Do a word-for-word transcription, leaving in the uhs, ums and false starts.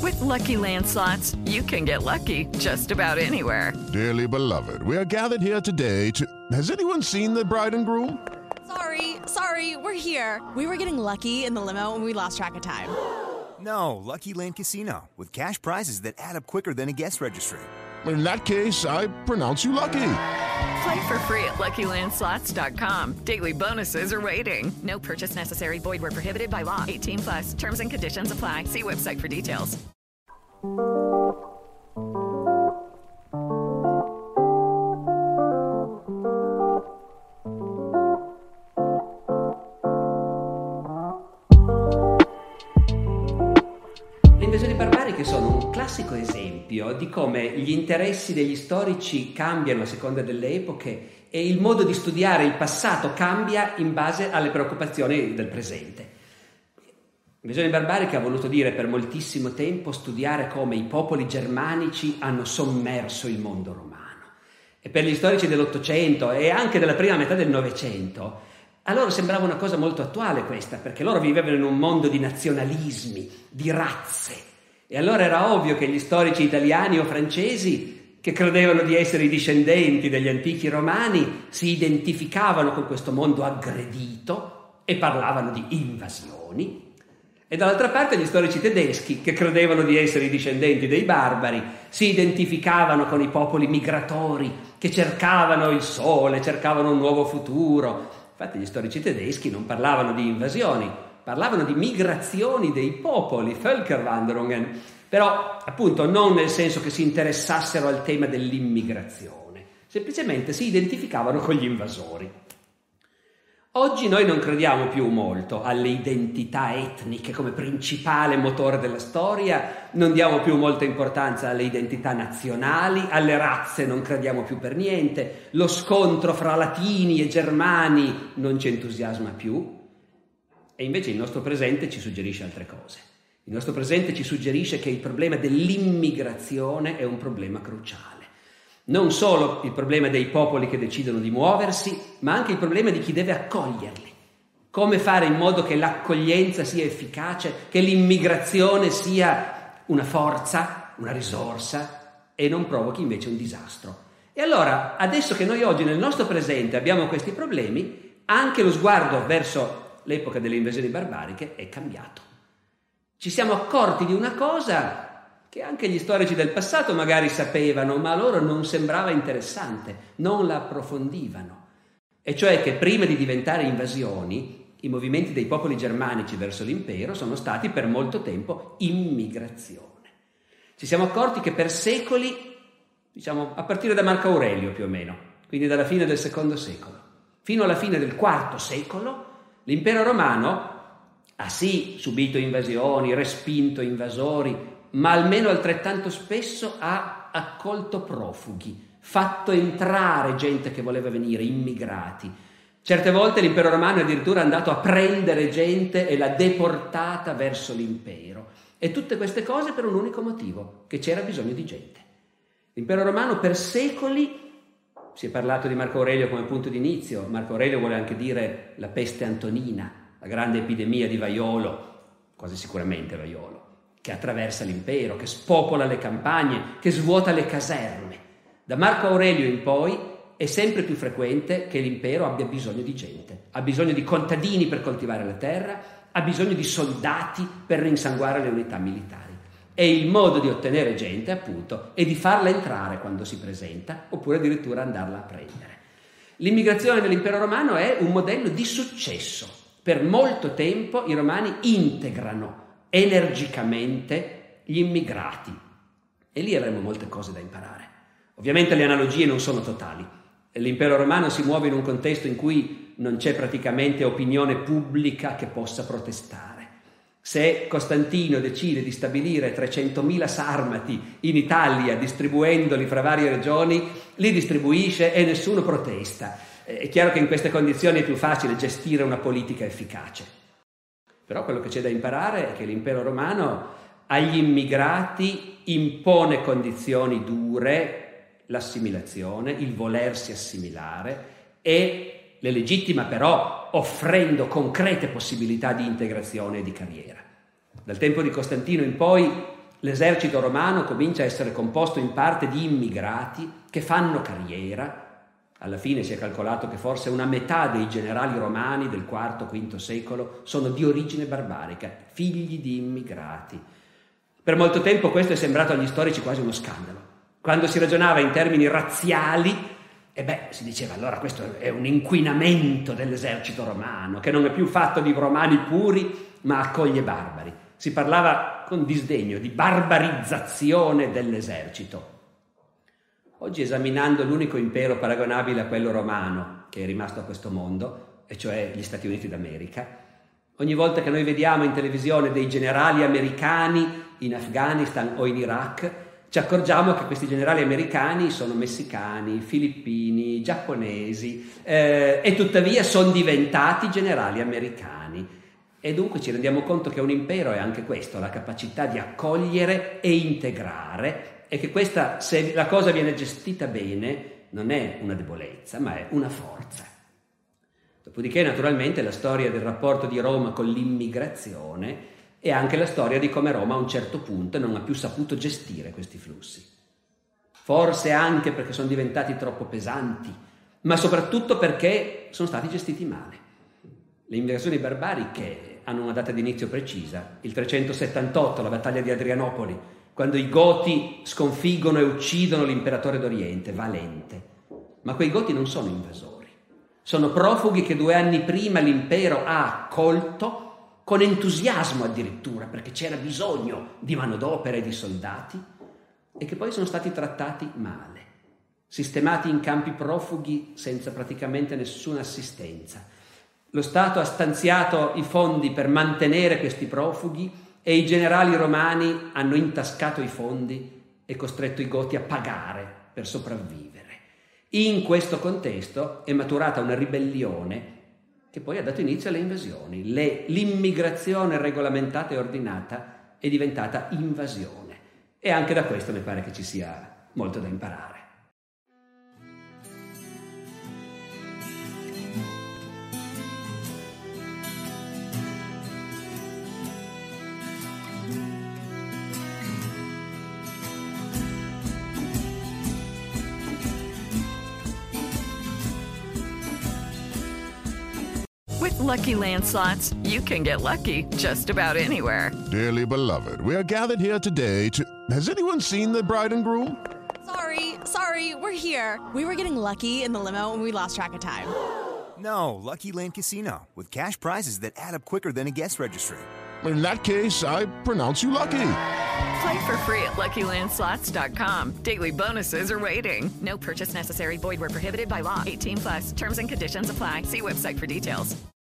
With Lucky Land Slots, you can get lucky just about anywhere. Dearly beloved, we are gathered here today to... Has anyone seen the bride and groom? Sorry, sorry, we're here. We were getting lucky in the limo and we lost track of time. No, Lucky Land Casino, with cash prizes that add up quicker than a guest registry. In that case, I pronounce you lucky. Play for free at Lucky Land Slots dot com. Daily bonuses are waiting. No purchase necessary. Void where prohibited by law. eighteen plus. Terms and conditions apply. See website for details. Le invasioni barbariche sono un classico esempio di come gli interessi degli storici cambiano a seconda delle epoche e il modo di studiare il passato cambia in base alle preoccupazioni del presente. L'invasione barbarica ha voluto dire per moltissimo tempo studiare come i popoli germanici hanno sommerso il mondo romano. E per gli storici dell'Ottocento e anche della prima metà del Novecento, a loro sembrava una cosa molto attuale questa, perché loro vivevano in un mondo di nazionalismi, di razze. E allora era ovvio che gli storici italiani o francesi, che credevano di essere i discendenti degli antichi romani, si identificavano con questo mondo aggredito e parlavano di invasioni. E dall'altra parte gli storici tedeschi, che credevano di essere i discendenti dei barbari, si identificavano con i popoli migratori che cercavano il sole, cercavano un nuovo futuro. Infatti gli storici tedeschi non parlavano di invasioni, parlavano di migrazioni dei popoli, Völkerwanderungen, però appunto non nel senso che si interessassero al tema dell'immigrazione, semplicemente si identificavano con gli invasori. Oggi noi non crediamo più molto alle identità etniche come principale motore della storia, non diamo più molta importanza alle identità nazionali, alle razze non crediamo più per niente, lo scontro fra latini e germani non ci entusiasma più e invece il nostro presente ci suggerisce altre cose. Il nostro presente ci suggerisce che il problema dell'immigrazione è un problema cruciale. Non solo il problema dei popoli che decidono di muoversi, ma anche il problema di chi deve accoglierli. Come fare in modo che l'accoglienza sia efficace, che l'immigrazione sia una forza, una risorsa e non provochi invece un disastro. E allora, adesso che noi oggi nel nostro presente abbiamo questi problemi, anche lo sguardo verso l'epoca delle invasioni barbariche è cambiato. Ci siamo accorti di una cosa che anche gli storici del passato magari sapevano, ma a loro non sembrava interessante, non la approfondivano. E cioè che prima di diventare invasioni, i movimenti dei popoli germanici verso l'impero sono stati per molto tempo immigrazione. Ci siamo accorti che per secoli, diciamo a partire da Marco Aurelio più o meno, quindi dalla fine del secondo secolo, fino alla fine del quarto secolo, l'impero romano ha sì subito invasioni, respinto invasori, ma almeno altrettanto spesso ha accolto profughi, fatto entrare gente che voleva venire, immigrati. Certe volte l'impero romano è addirittura andato a prendere gente e l'ha deportata verso l'impero. E tutte queste cose per un unico motivo, che c'era bisogno di gente. L'impero romano per secoli, si è parlato di Marco Aurelio come punto di inizio, Marco Aurelio vuole anche dire la peste antonina, la grande epidemia di vaiolo, quasi sicuramente vaiolo, che attraversa l'impero, che spopola le campagne, che svuota le caserme. Da Marco Aurelio in poi è sempre più frequente che l'impero abbia bisogno di gente, ha bisogno di contadini per coltivare la terra, ha bisogno di soldati per rinsanguare le unità militari. E il modo di ottenere gente, appunto, è di farla entrare quando si presenta, oppure addirittura andarla a prendere. L'immigrazione nell'impero romano è un modello di successo. Per molto tempo i romani integrano energicamente gli immigrati e lì avremo molte cose da imparare. Ovviamente le analogie non sono totali. L'impero romano si muove in un contesto in cui non c'è praticamente opinione pubblica che possa protestare. Se Costantino decide di stabilire trecentomila sarmati in Italia distribuendoli fra varie regioni, li distribuisce e nessuno protesta. È chiaro che in queste condizioni è più facile gestire una politica efficace. Però quello che c'è da imparare è che l'impero romano agli immigrati impone condizioni dure, l'assimilazione, il volersi assimilare e le legittima però offrendo concrete possibilità di integrazione e di carriera. Dal tempo di Costantino in poi L'esercito romano comincia a essere composto in parte di immigrati che fanno carriera. Alla fine si è calcolato che forse una metà dei generali romani del quarto quinto secolo sono di origine barbarica, figli di immigrati. Per molto tempo questo è sembrato agli storici quasi uno scandalo. Quando si ragionava in termini razziali, e beh, si diceva allora questo è un inquinamento dell'esercito romano, che non è più fatto di romani puri, ma accoglie barbari. Si parlava con disdegno di barbarizzazione dell'esercito. Oggi, esaminando l'unico impero paragonabile a quello romano che è rimasto a questo mondo, e cioè gli Stati Uniti d'America, ogni volta che noi vediamo in televisione dei generali americani in Afghanistan o in Iraq, ci accorgiamo che questi generali americani sono messicani, filippini, giapponesi, eh, e tuttavia sono diventati generali americani. E dunque ci rendiamo conto che un impero è anche questo, la capacità di accogliere e integrare, e che questa, se la cosa viene gestita bene, non è una debolezza, ma è una forza. Dopodiché, naturalmente, la storia del rapporto di Roma con l'immigrazione è anche la storia di come Roma a un certo punto non ha più saputo gestire questi flussi. Forse anche perché sono diventati troppo pesanti, ma soprattutto perché sono stati gestiti male. Le immigrazioni barbariche hanno una data di inizio precisa, il trecentosettantotto, la battaglia di Adrianopoli, quando i Goti sconfiggono e uccidono l'imperatore d'Oriente, Valente. Ma quei Goti non sono invasori, sono profughi che due anni prima l'impero ha accolto con entusiasmo addirittura, perché c'era bisogno di manodopera e di soldati, e che poi sono stati trattati male, sistemati in campi profughi senza praticamente nessuna assistenza. Lo Stato ha stanziato i fondi per mantenere questi profughi e i generali romani hanno intascato i fondi e costretto i Goti a pagare per sopravvivere. In questo contesto è maturata una ribellione che poi ha dato inizio alle invasioni. Le, l'immigrazione regolamentata e ordinata è diventata invasione, e anche da questo mi pare che ci sia molto da imparare. With Lucky Land Slots, you can get lucky just about anywhere. Dearly beloved, we are gathered here today to... Has anyone seen the bride and groom? Sorry, sorry, we're here. We were getting lucky in the limo and we lost track of time. No, Lucky Land Casino, with cash prizes that add up quicker than a guest registry. In that case, I pronounce you lucky. Play for free at Lucky Land Slots dot com. Daily bonuses are waiting. No purchase necessary. Void where prohibited by law. eighteen plus. Terms and conditions apply. See website for details.